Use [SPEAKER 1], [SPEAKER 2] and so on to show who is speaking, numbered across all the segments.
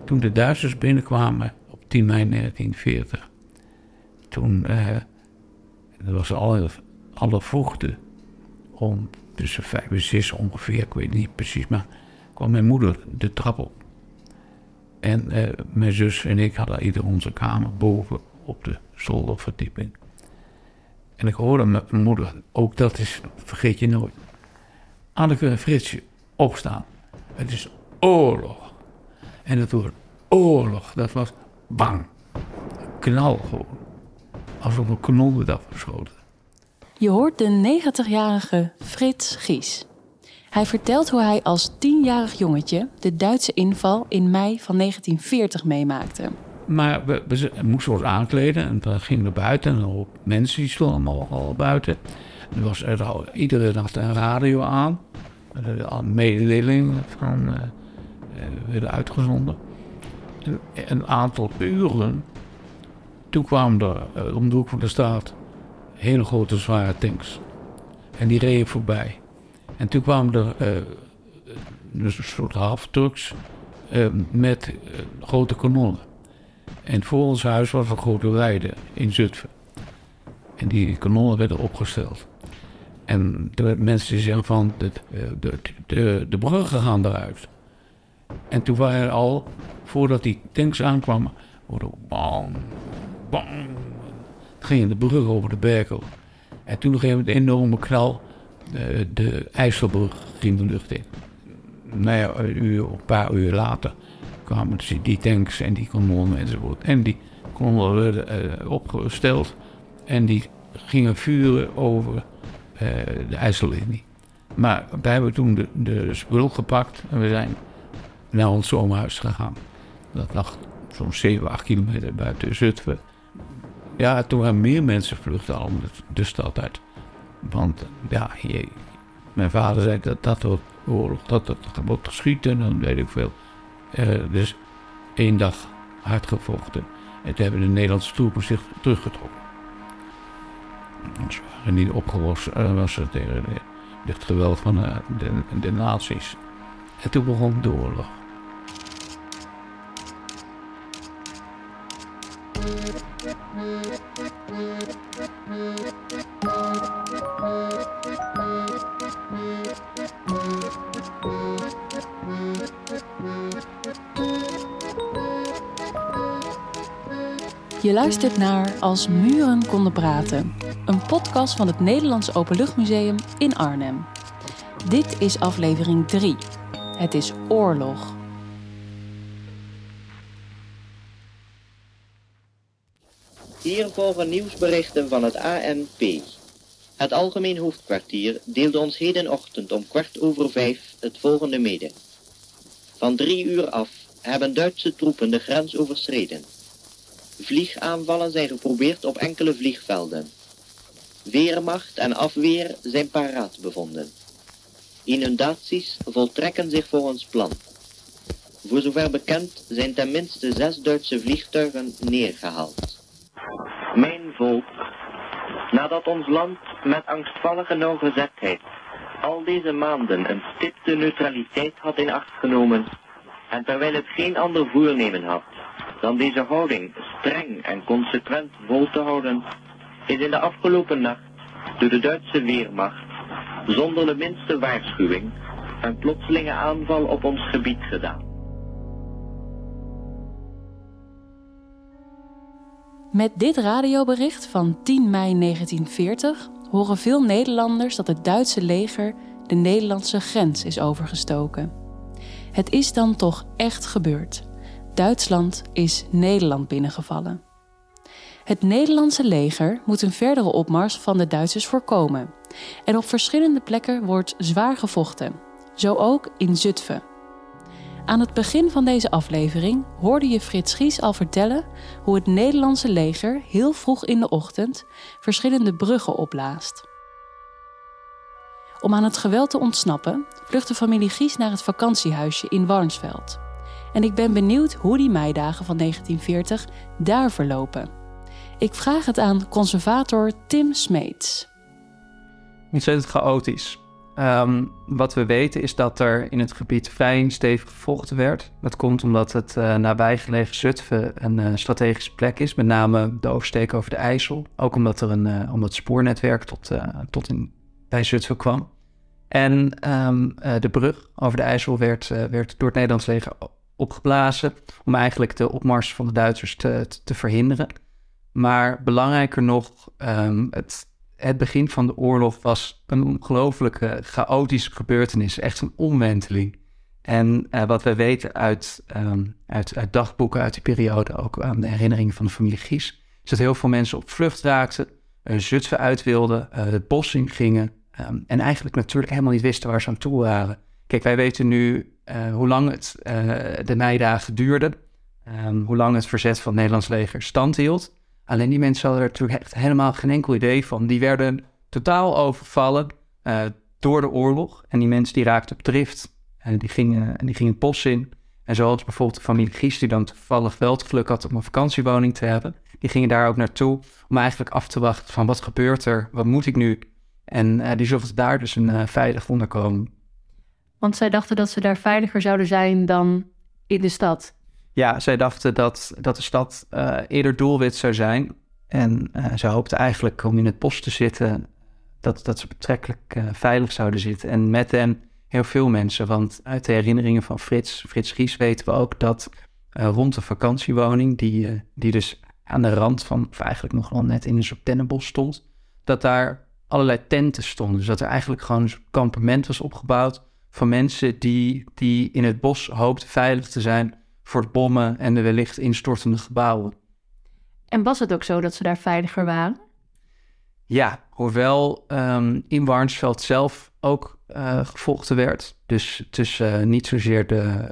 [SPEAKER 1] toen de Duitsers binnenkwamen op 10 mei 1940... toen was alle vroegte om tussen 5 en 6 ongeveer, ik weet niet precies, maar kwam mijn moeder de trap op. En mijn zus en ik hadden ieder onze kamer boven op de zolderverdieping. En ik hoorde mijn moeder, ook dat is, vergeet je nooit. Anneke en Fritsje, opstaan. Het is oorlog. En het woord oorlog, dat was bang. Knal gewoon. Alsof een kanon werd afgeschoten.
[SPEAKER 2] Je hoort de 90-jarige Frits Gies. Hij vertelt hoe hij als 10-jarig jongetje de Duitse inval in mei van 1940 meemaakte.
[SPEAKER 1] Maar we moesten ons aankleden en we gingen naar buiten. En op mensen die stonden allemaal al buiten. Er was iedere nacht een radio aan. Mededelingen werden uitgezonden. Een aantal uren. Toen kwamen er om de hoek van de straat hele grote zware tanks. En die reden voorbij. En toen kwamen er een soort halftrucks met grote kanonnen. En voor ons huis was een grote weide in Zutphen. En die kanonnen werden opgesteld. En er werden mensen die zeggen van, de bruggen gaan eruit. En toen waren er al, voordat die tanks aankwamen, hoorde bang, bang. Gingen de brug over de Berkel. En toen nog even een enorme knal, de IJsselbrug ging de lucht in. Nou ja, een paar uur later kwamen die tanks en die kanonnen enzovoort. En die kanonnen werden opgesteld en die gingen vuren over de IJssellinie. Maar wij hebben toen de spul gepakt en we zijn naar ons zomerhuis gegaan. Dat lag zo'n 7, 8 kilometer buiten Zutphen. Ja, toen waren meer mensen vluchten al de stad uit. Want ja, mijn vader zei dat wordt oorlog, dat wordt geschieten en dan weet ik veel. Dus 1 dag hard gevochten. En toen hebben de Nederlandse troepen zich teruggetrokken. Ze waren niet opgelost, was het tegen het geweld van de nazi's. En toen begon de oorlog.
[SPEAKER 2] Je luistert naar Als muren konden praten. Een podcast van het Nederlands Openluchtmuseum in Arnhem. Dit is aflevering 3. Het is oorlog.
[SPEAKER 3] Hier volgen nieuwsberichten van het ANP. Het Algemeen Hoofdkwartier deelde ons hedenochtend om 5:15 het volgende mede. Van 3 uur af hebben Duitse troepen de grens overschreden. Vliegaanvallen zijn geprobeerd op enkele vliegvelden. Weermacht en afweer zijn paraat bevonden. Inundaties voltrekken zich volgens plan. Voor zover bekend zijn tenminste 6 Duitse vliegtuigen neergehaald. Mijn volk, nadat ons land met angstvallige nauwgezetheid al deze maanden een stipte neutraliteit had in acht genomen en terwijl het geen ander voornemen had dan deze houding streng en consequent vol te houden, is in de afgelopen nacht door de Duitse Weermacht zonder de minste waarschuwing een plotselinge aanval op ons gebied gedaan.
[SPEAKER 2] Met dit radiobericht van 10 mei 1940 horen veel Nederlanders dat het Duitse leger de Nederlandse grens is overgestoken. Het is dan toch echt gebeurd. Duitsland is Nederland binnengevallen. Het Nederlandse leger moet een verdere opmars van de Duitsers voorkomen. En op verschillende plekken wordt zwaar gevochten. Zo ook in Zutphen. Aan het begin van deze aflevering hoorde je Frits Gies al vertellen hoe het Nederlandse leger heel vroeg in de ochtend verschillende bruggen opblaast. Om aan het geweld te ontsnappen vluchtte familie Gies naar het vakantiehuisje in Warnsveld. En ik ben benieuwd hoe die meidagen van 1940 daar verlopen. Ik vraag het aan conservator Tim Smeets.
[SPEAKER 4] Ontzettend chaotisch. Wat we weten is dat er in het gebied vrij stevig gevochten werd. Dat komt omdat het nabijgelegen Zutphen een strategische plek is. Met name de oversteek over de IJssel. Ook omdat er omdat het spoornetwerk bij Zutphen kwam. En de brug over de IJssel werd door het Nederlands leger opgeblazen om eigenlijk de opmars van de Duitsers te verhinderen. Maar belangrijker nog, het begin van de oorlog was een ongelooflijke chaotische gebeurtenis. Echt een omwenteling. En wat wij weten uit dagboeken uit die periode, ook aan de herinneringen van de familie Gies, is dat heel veel mensen op vlucht raakten, Zutphen uit wilden, het bos in gingen en eigenlijk natuurlijk helemaal niet wisten waar ze aan toe waren. Kijk, wij weten nu hoe lang de meidagen duurden, hoe lang het verzet van het Nederlands leger stand hield. Alleen die mensen hadden er natuurlijk echt helemaal geen enkel idee van. Die werden totaal overvallen door de oorlog. En die mensen die raakten op drift. En die gingen het bos in. En zoals bijvoorbeeld de familie Gies, die dan toevallig wel het geluk had om een vakantiewoning te hebben. Die gingen daar ook naartoe om eigenlijk af te wachten van wat gebeurt er? Wat moet ik nu? En die zochten daar dus een veilig onderkomen.
[SPEAKER 2] Want zij dachten dat ze daar veiliger zouden zijn dan in de stad.
[SPEAKER 4] Ja, zij dachten dat de stad eerder doelwit zou zijn. En ze hoopten eigenlijk om in het bos te zitten, dat ze betrekkelijk veilig zouden zitten. En met hen heel veel mensen. Want uit de herinneringen van Frits Gies weten we ook dat rond de vakantiewoning, die dus aan de rand van, of eigenlijk nog wel net in een soort dennenbos stond, dat daar allerlei tenten stonden. Dus dat er eigenlijk gewoon een kampement was opgebouwd van mensen die in het bos hoopten veilig te zijn voor de bommen en de wellicht instortende gebouwen. En was het ook zo dat ze daar veiliger waren? Ja, hoewel in Warnsveld zelf ook gevochten werd. Dus niet zozeer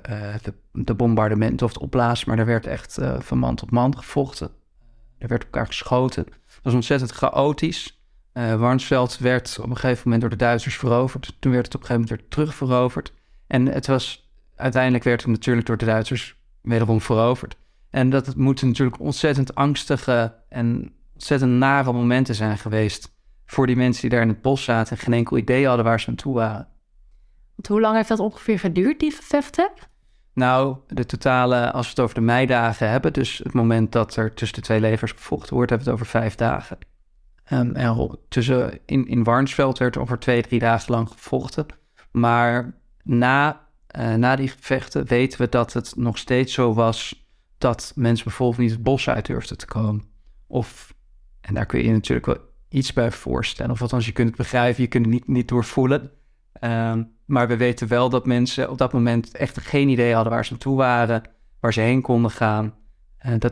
[SPEAKER 4] de bombardementen of het opblazen, maar er werd echt van man tot man gevochten. Er werd op elkaar geschoten. Het was ontzettend chaotisch. Warnsveld werd op een gegeven moment door de Duitsers veroverd. Toen werd het op een gegeven moment weer terugveroverd. En uiteindelijk werd het natuurlijk door de Duitsers wederom veroverd. En dat moeten natuurlijk ontzettend angstige en ontzettend nare momenten zijn geweest voor die mensen die daar in het bos zaten en geen enkel idee hadden waar ze aan toe waren.
[SPEAKER 2] Want hoe lang heeft dat ongeveer geduurd, die gevechten?
[SPEAKER 4] Nou, de totale, als we het over de meidagen hebben, dus het moment dat er tussen de twee legers gevochten wordt, hebben we het over 5 dagen. In Warnsveld werd over 2-3 dagen lang gevochten. Maar na die gevechten weten we dat het nog steeds zo was dat mensen bijvoorbeeld niet het bos uit durfden te komen. En daar kun je natuurlijk wel iets bij voorstellen. Of althans, je kunt het begrijpen, je kunt het niet doorvoelen. Maar we weten wel dat mensen op dat moment echt geen idee hadden waar ze naartoe waren, waar ze heen konden gaan. Dat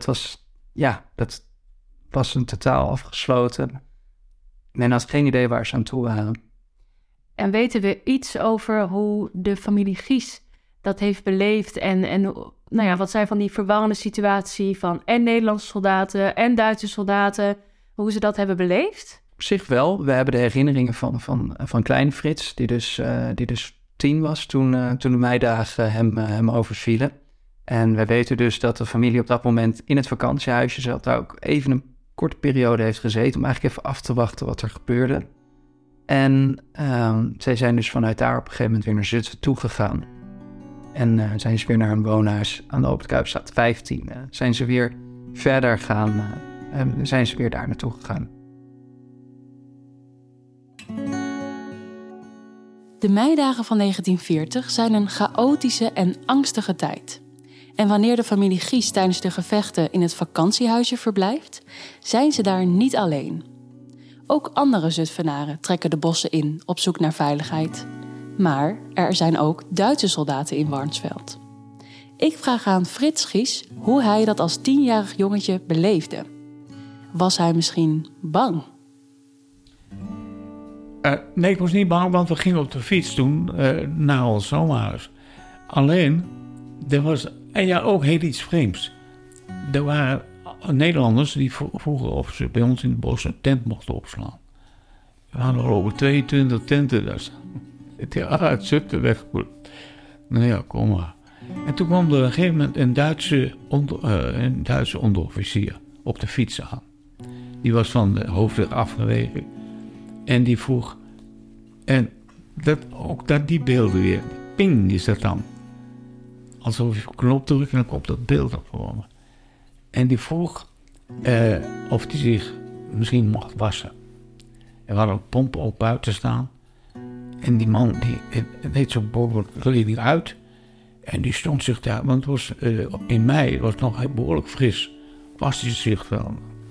[SPEAKER 4] was een totaal afgesloten. Men had geen idee waar ze aan toe waren.
[SPEAKER 2] En weten we iets over hoe de familie Gies dat heeft beleefd en wat zijn van die verwarrende situatie van en Nederlandse soldaten en Duitse soldaten, hoe ze dat hebben beleefd?
[SPEAKER 4] Op zich wel. We hebben de herinneringen van kleine Frits, die dus 10 was toen de meidagen hem overvielen. En we weten dus dat de familie op dat moment in het vakantiehuisje zat, daar ook even een korte periode heeft gezeten om eigenlijk even af te wachten wat er gebeurde. En zij zijn dus vanuit daar op een gegeven moment weer naar Zutphen toegegaan. En zijn ze weer naar een woonhuis aan de Open Kuipstraat 15. Zijn ze weer verder gaan, zijn ze weer daar naartoe gegaan.
[SPEAKER 2] De meidagen van 1940 zijn een chaotische en angstige tijd. En wanneer de familie Gies tijdens de gevechten in het vakantiehuisje verblijft, zijn ze daar niet alleen. Ook andere Zutphenaren trekken de bossen in op zoek naar veiligheid. Maar er zijn ook Duitse soldaten in Warnsveld. Ik vraag aan Frits Gies hoe hij dat als 10-jarig jongetje beleefde. Was hij misschien bang?
[SPEAKER 1] Nee, ik was niet bang, want we gingen op de fiets toen naar ons zomerhuis. Alleen, er was ook heel iets vreemds. Er waren Nederlanders die vroegen of ze bij ons in het bos een tent mochten opslaan. We hadden al over 22 tenten daar staan. Uit Zutphen weggevoerd. Nou ja, kom maar. En toen kwam er op een gegeven moment een Duitse onderofficier op de fiets aan. Die was van de hoofdweg afgeweken. En die vroeg, en die beelden weer. Ping is dat dan. Alsof je op een knop drukt en dan komt dat beeld opkomen. En die vroeg of hij zich misschien mocht wassen. Er waren ook pompen op buiten staan. En die man die deed zo'n kleding uit. En die stond zich daar, want het was, in mei was het nog behoorlijk fris. Was hij zich wel.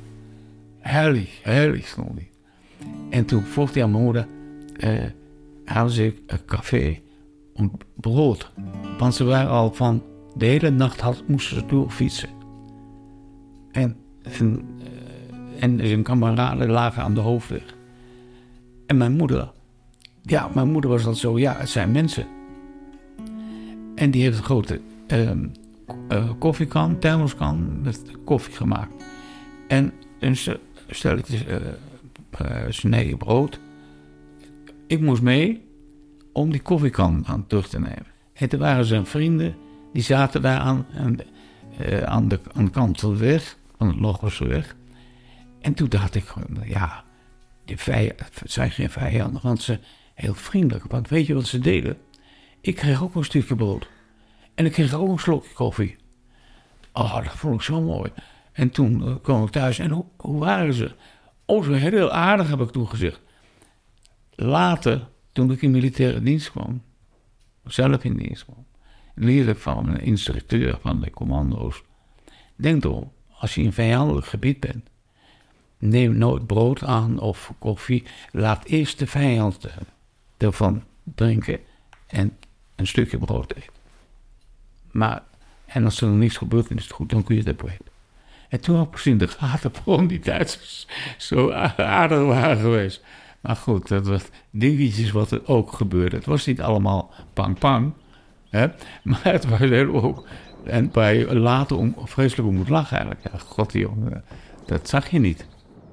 [SPEAKER 1] Heilig stond hij. En toen vroeg hij aan mijn moeder, hadden ze een café en brood. Want ze waren al van de hele nacht moesten ze doorfietsen. En zijn kameraden lagen aan de hoofdweg. En mijn moeder was dan zo, het zijn mensen. En die heeft een grote koffiekan, thermoskan met koffie gemaakt. En een stelletje snee brood. Ik moest mee om die koffiekan aan terug te nemen. En toen waren zijn vrienden, die zaten daar aan de kant van de weg, van het Logosweg. En toen dacht ik, het zijn geen vijanden, want ze heel vriendelijk. Want weet je wat ze deden? Ik kreeg ook een stukje brood. En ik kreeg ook een slokje koffie. Oh, dat vond ik zo mooi. En toen kwam ik thuis. En hoe waren ze? Oh, ze waren heel aardig, heb ik toen gezegd. Later, toen ik in militaire dienst kwam, zelf in dienst kwam, leerde ik van een instructeur van de commando's. Denk erom, als je in een vijandelijk gebied bent, neem nooit brood aan of koffie. Laat eerst de vijand ervan drinken en een stukje brood eten. En als er nog niets gebeurt, dan is het goed, dan kun je dat eten. En toen had ik precies in de gaten waarom die Duitsers zo aardig waren geweest. Maar goed, dat was dingetjes wat er ook gebeurde. Het was niet allemaal pang, hè? Maar het was heel ook. En waar je later vreselijk om moet lachen eigenlijk. Ja, god jongen, dat zag je niet.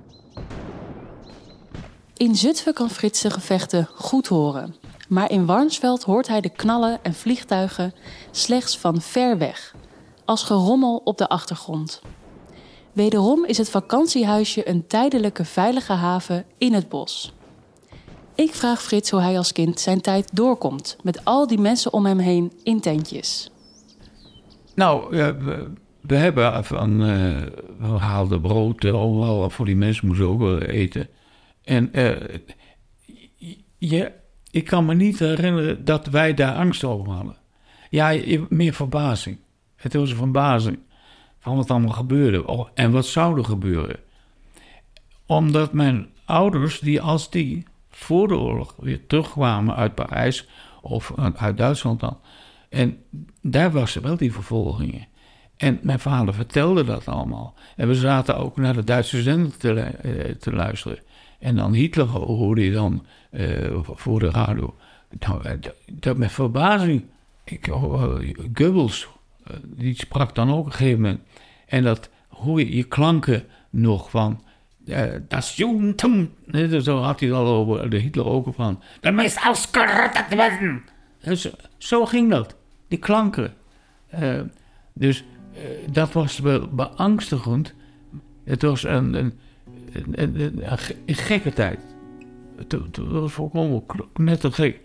[SPEAKER 2] In Zutphen kan Frits de gevechten goed horen. Maar in Warnsveld hoort hij de knallen en vliegtuigen slechts van ver weg, als gerommel op de achtergrond. Wederom is het vakantiehuisje een tijdelijke veilige haven in het bos. Ik vraag Frits hoe hij als kind zijn tijd doorkomt met al die mensen om hem heen in tentjes.
[SPEAKER 1] Nou, we hebben we haalden brood, allemaal voor die mensen moesten ook wel eten. En ik kan me niet herinneren dat wij daar angst over hadden. Ja, meer verbazing. Het was een verbazing van wat allemaal gebeurde. En wat zou er gebeuren? Omdat mijn ouders, als die voor de oorlog weer terugkwamen uit Parijs of uit Duitsland dan. En daar was er wel die vervolgingen. En mijn vader vertelde dat allemaal. En we zaten ook naar de Duitse zender te luisteren. En dan Hitler hoorde je dan voor de radio. Dat met verbazing. Goebbels, die sprak dan ook op een gegeven moment. En dat hoor je klanken nog van. Das Judentum. Zo had hij het al over de Hitler ook van. Dat meest ausgerottet werden. Zo ging dat. Die klanken. Dus dat was wel beangstigend. Het was een gekke tijd. Het was volkomen net een gek.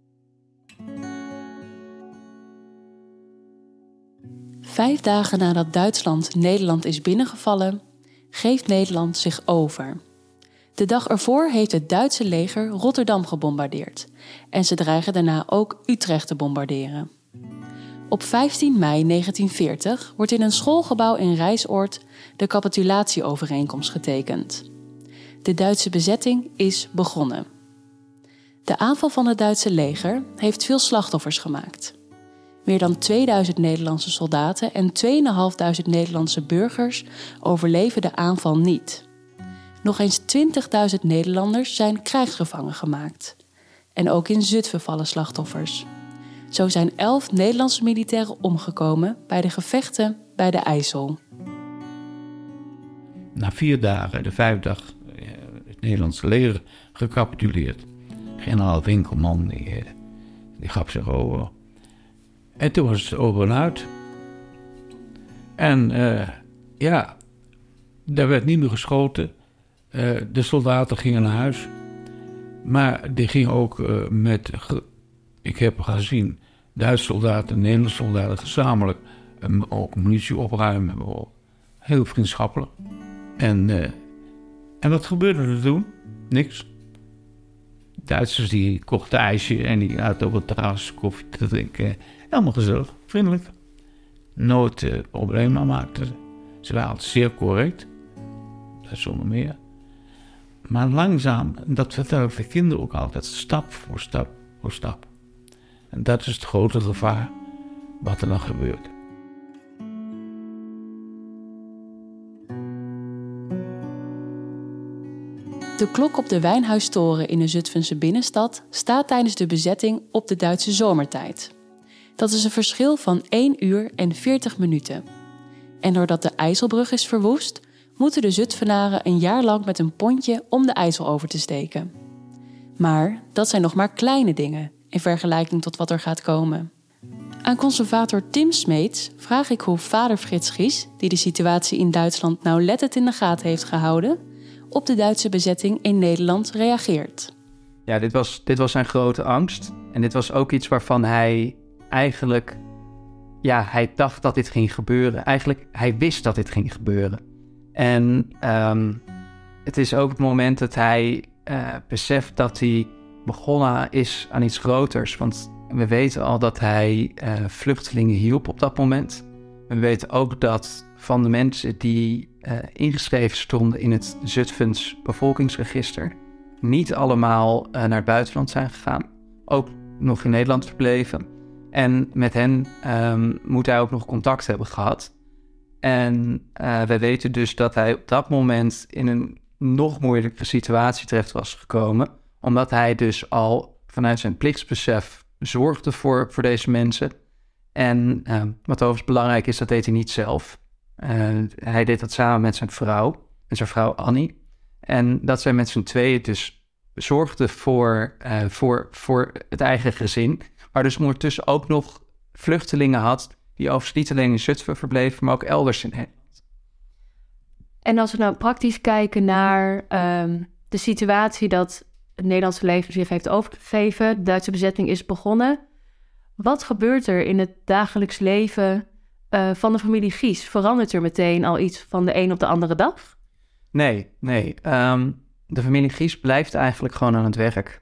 [SPEAKER 2] Vijf dagen nadat Duitsland Nederland is binnengevallen, geeft Nederland zich over. De dag ervoor heeft het Duitse leger Rotterdam gebombardeerd en ze dreigen daarna ook Utrecht te bombarderen. Op 15 mei 1940 wordt in een schoolgebouw in Rijsoord de capitulatieovereenkomst getekend. De Duitse bezetting is begonnen. De aanval van het Duitse leger heeft veel slachtoffers gemaakt. Meer dan 2000 Nederlandse soldaten en 2500 Nederlandse burgers overleven de aanval niet. Nog eens 20.000 Nederlanders zijn krijgsgevangen gemaakt. En ook in Zutphen vallen slachtoffers. Zo zijn 11 Nederlandse militairen omgekomen bij de gevechten bij de IJssel.
[SPEAKER 1] Na 4 dagen, de 5e dag, het Nederlandse leger gecapituleerd. Generaal Winkelman, die gaf zich over. En toen was het over en uit. En daar werd niet meer geschoten. De soldaten gingen naar huis. Maar die ging ook ik heb gezien, Duitse soldaten en Nederlandse soldaten gezamenlijk ook munitie opruimen. Heel vriendschappelijk. En wat gebeurde er toen? Niks. Duitsers die kochten ijsje en die zaten op het terras koffie te drinken. Helemaal gezellig, vriendelijk. Nooit problemen maakten ze. Ze waren altijd zeer correct. Dat zonder meer. Maar langzaam, dat vertel ik de kinderen ook altijd, stap voor stap voor stap. En dat is het grote gevaar wat er dan gebeurt.
[SPEAKER 2] De klok op de Wijnhuistoren in de Zutphense binnenstad staat tijdens de bezetting op de Duitse zomertijd. Dat is een verschil van 1 uur en 40 minuten. En doordat de IJsselbrug is verwoest, moeten de Zutphenaren een jaar lang met een pontje om de IJssel over te steken. Maar dat zijn nog maar kleine dingen in vergelijking tot wat er gaat komen. Aan conservator Tim Smeets vraag ik hoe vader Frits Gies, die de situatie in Duitsland nauwlettend in de gaten heeft gehouden, op de Duitse bezetting in Nederland reageert.
[SPEAKER 4] Ja, dit was zijn grote angst. En dit was ook iets waarvan hij eigenlijk... Ja, hij dacht dat dit ging gebeuren. Eigenlijk, hij wist dat dit ging gebeuren. En het is ook het moment dat hij beseft dat hij begonnen is aan iets groters. Want we weten al dat hij vluchtelingen hielp op dat moment. We weten ook dat van de mensen die ingeschreven stonden in het Zutphens bevolkingsregister, niet allemaal naar het buitenland zijn gegaan. Ook nog in Nederland verbleven. En met hen moet hij ook nog contact hebben gehad. En we weten dus dat hij op dat moment in een nog moeilijke situatie terecht was gekomen. Omdat hij dus al vanuit zijn plichtsbesef zorgde voor deze mensen. En wat overigens belangrijk is, dat deed hij niet zelf. Hij deed dat samen met zijn vrouw Annie. En dat zij met z'n tweeën dus zorgden voor het eigen gezin. Maar dus ondertussen ook nog vluchtelingen had, die overigens niet alleen in Zutphen verbleven, maar ook elders in Nederland.
[SPEAKER 5] En als we nou praktisch kijken naar de situatie dat het Nederlandse leger zich heeft overgegeven, de Duitse bezetting is begonnen. Wat gebeurt er in het dagelijks leven van de familie Gies? Verandert er meteen al iets van de een op de andere dag?
[SPEAKER 4] Nee. De familie Gies blijft eigenlijk gewoon aan het werk.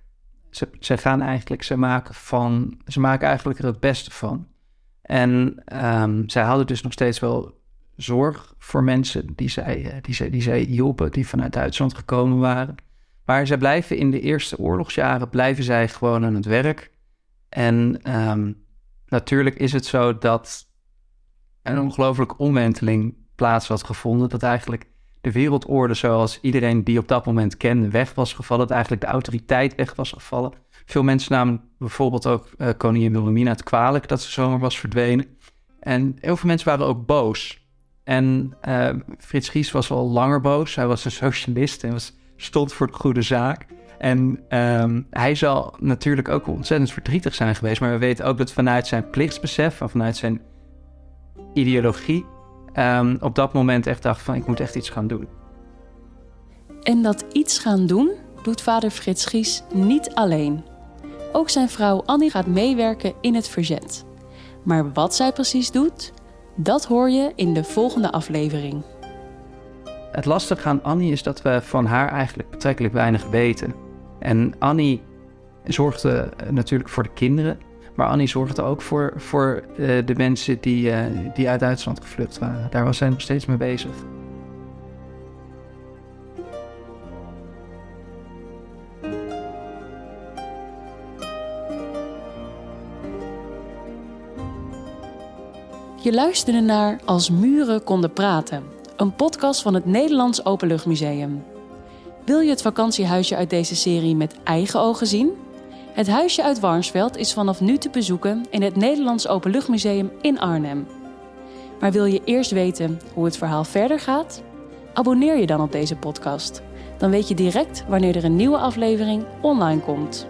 [SPEAKER 4] Ze maken eigenlijk er het beste van. En zij hadden dus nog steeds wel zorg voor mensen die zij hielpen, die vanuit Duitsland gekomen waren. Maar zij blijven in de eerste oorlogsjaren gewoon aan het werk. En natuurlijk is het zo dat een ongelooflijke omwenteling plaats had gevonden. Dat eigenlijk de wereldorde zoals iedereen die op dat moment kende weg was gevallen. Dat eigenlijk de autoriteit weg was gevallen. Veel mensen namen bijvoorbeeld ook koningin Wilhelmina het kwalijk dat ze zomaar was verdwenen. En heel veel mensen waren ook boos. En Frits Gies was al langer boos. Hij was een socialist en stond voor de goede zaak. En hij zal natuurlijk ook ontzettend verdrietig zijn geweest. Maar we weten ook dat vanuit zijn plichtsbesef en vanuit zijn ideologie op dat moment echt dacht van ik moet echt iets gaan doen.
[SPEAKER 2] En dat iets gaan doen doet vader Frits Gies niet alleen. Ook zijn vrouw Annie gaat meewerken in het verzet. Maar wat zij precies doet, dat hoor je in de volgende aflevering.
[SPEAKER 4] Het lastige aan Annie is dat we van haar eigenlijk betrekkelijk weinig weten. En Annie zorgde natuurlijk voor de kinderen, maar Annie zorgde ook voor de mensen die uit Duitsland gevlucht waren. Daar was zij nog steeds mee bezig.
[SPEAKER 2] Je luisterde naar Als muren konden praten, een podcast van het Nederlands Openluchtmuseum. Wil je het vakantiehuisje uit deze serie met eigen ogen zien? Het huisje uit Warnsveld is vanaf nu te bezoeken in het Nederlands Openluchtmuseum in Arnhem. Maar wil je eerst weten hoe het verhaal verder gaat? Abonneer je dan op deze podcast. Dan weet je direct wanneer er een nieuwe aflevering online komt.